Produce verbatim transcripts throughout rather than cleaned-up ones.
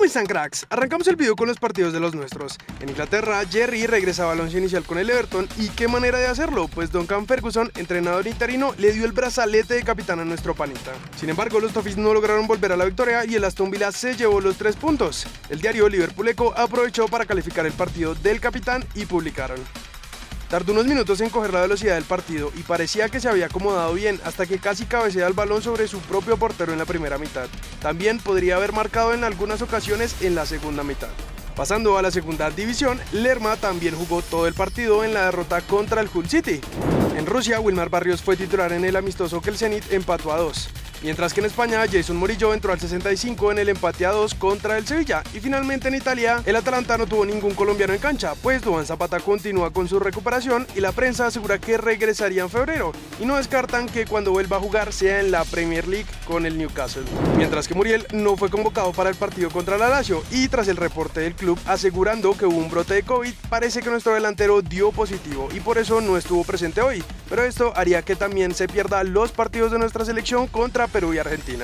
están, cracks? Arrancamos el video con los partidos de los nuestros. En Inglaterra, Jerry regresaba al once inicial con el Everton, y qué manera de hacerlo, pues Duncan Ferguson, entrenador interino, le dio el brazalete de capitán a nuestro panita. Sin embargo, los Toffees no lograron volver a la victoria y el Aston Villa se llevó los tres puntos. El diario Liverpooleco aprovechó para calificar el partido del capitán y publicaron: tardó unos minutos en coger la velocidad del partido y parecía que se había acomodado bien hasta que casi cabecea el balón sobre su propio portero en la primera mitad. También podría haber marcado en algunas ocasiones en la segunda mitad. Pasando a la segunda división, Lerma también jugó todo el partido en la derrota contra el Hull City. En Rusia, Wilmar Barrios fue titular en el amistoso que el Zenit empató a dos. Mientras que en España, Jason Murillo entró al sesenta y cinco en el empate a dos contra el Sevilla. Y finalmente en Italia, el Atalanta no tuvo ningún colombiano en cancha, pues Duván Zapata continúa con su recuperación y la prensa asegura que regresaría en febrero. Y no descartan que cuando vuelva a jugar sea en la Premier League con el Newcastle. Mientras que Muriel no fue convocado para el partido contra el Lazio y tras el reporte del club asegurando que hubo un brote de COVID, parece que nuestro delantero dio positivo y por eso no estuvo presente hoy. Pero esto haría que también se pierda los partidos de nuestra selección contra Perú y Argentina.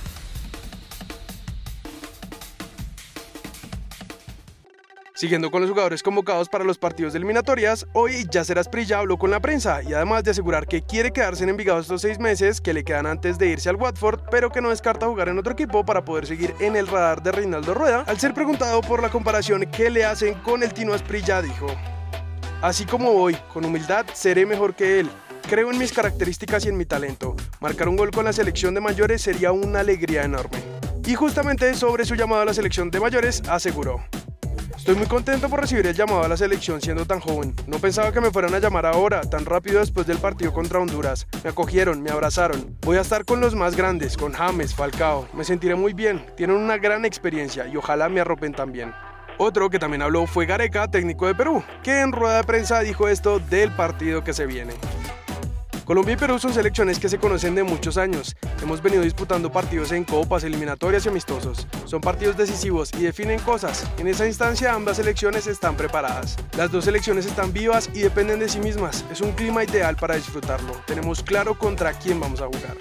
Siguiendo con los jugadores convocados para los partidos de eliminatorias, hoy Yasser Asprilla habló con la prensa y además de asegurar que quiere quedarse en Envigado estos seis meses que le quedan antes de irse al Watford, pero que no descarta jugar en otro equipo para poder seguir en el radar de Reinaldo Rueda. Al ser preguntado por la comparación que le hacen con el Tino Asprilla, dijo: así como voy, con humildad, seré mejor que él. Creo en mis características y en mi talento. Marcar un gol con la selección de mayores sería una alegría enorme. Y justamente sobre su llamado a la selección de mayores, aseguró: estoy muy contento por recibir el llamado a la selección siendo tan joven. No pensaba que me fueran a llamar ahora, tan rápido después del partido contra Honduras. Me acogieron, me abrazaron. Voy a estar con los más grandes, con James, Falcao. Me sentiré muy bien. Tienen una gran experiencia y ojalá me arropen también. Otro que también habló fue Gareca, técnico de Perú, que en rueda de prensa dijo esto del partido que se viene: Colombia y Perú son selecciones que se conocen de muchos años. Hemos venido disputando partidos en copas, eliminatorias y amistosos. Son partidos decisivos y definen cosas. En esa instancia ambas selecciones están preparadas. Las dos selecciones están vivas y dependen de sí mismas. Es un clima ideal para disfrutarlo. Tenemos claro contra quién vamos a jugar.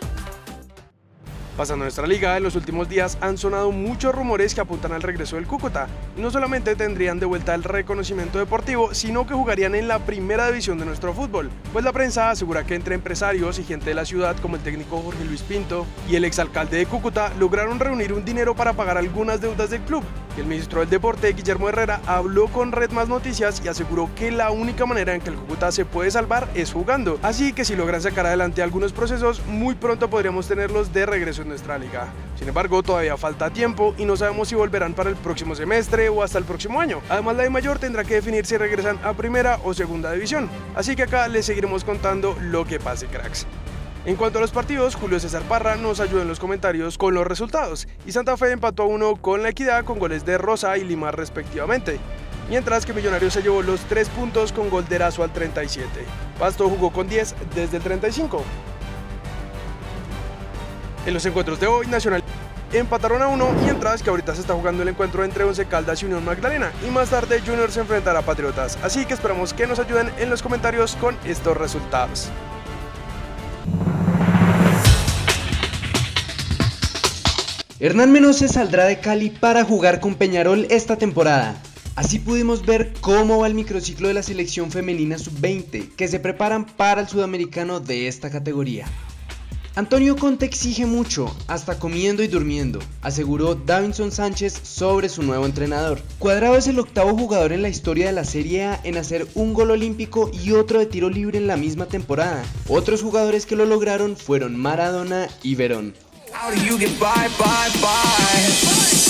Pasando a nuestra liga, en los últimos días han sonado muchos rumores que apuntan al regreso del Cúcuta. Y no solamente tendrían de vuelta el reconocimiento deportivo, sino que jugarían en la primera división de nuestro fútbol. Pues la prensa asegura que entre empresarios y gente de la ciudad, como el técnico Jorge Luis Pinto y el exalcalde de Cúcuta, lograron reunir un dinero para pagar algunas deudas del club. Y el ministro del Deporte, Guillermo Herrera, habló con Red Más Noticias y aseguró que la única manera en que el Cúcuta se puede salvar es jugando. Así que si logran sacar adelante algunos procesos, muy pronto podríamos tenerlos de regreso en nuestra liga. Sin embargo, todavía falta tiempo y no sabemos si volverán para el próximo semestre o hasta el próximo año. Además, la de mayor tendrá que definir si regresan a primera o segunda división. Así que acá les seguiremos contando lo que pase, cracks. En cuanto a los partidos, Julio César Parra nos ayuda en los comentarios con los resultados y Santa Fe empató a uno con La Equidad con goles de Rosa y Lima respectivamente, mientras que Millonarios se llevó los tres puntos con gol de Erazo al treinta y siete. Pasto jugó con diez desde el treinta y cinco. En los encuentros de hoy, Nacional empataron a uno, mientras que ahorita se está jugando el encuentro entre Once Caldas y Unión Magdalena, y más tarde Junior se enfrentará a Patriotas, así que esperamos que nos ayuden en los comentarios con estos resultados. Hernán Menose saldrá de Cali para jugar con Peñarol esta temporada. Así pudimos ver cómo va el microciclo de la selección femenina sub veinte, que se preparan para el sudamericano de esta categoría. Antonio Conte exige mucho, hasta comiendo y durmiendo, aseguró Davinson Sánchez sobre su nuevo entrenador. Cuadrado es el octavo jugador en la historia de la Serie A en hacer un gol olímpico y otro de tiro libre en la misma temporada. Otros jugadores que lo lograron fueron Maradona y Verón. How do you get by, by, by?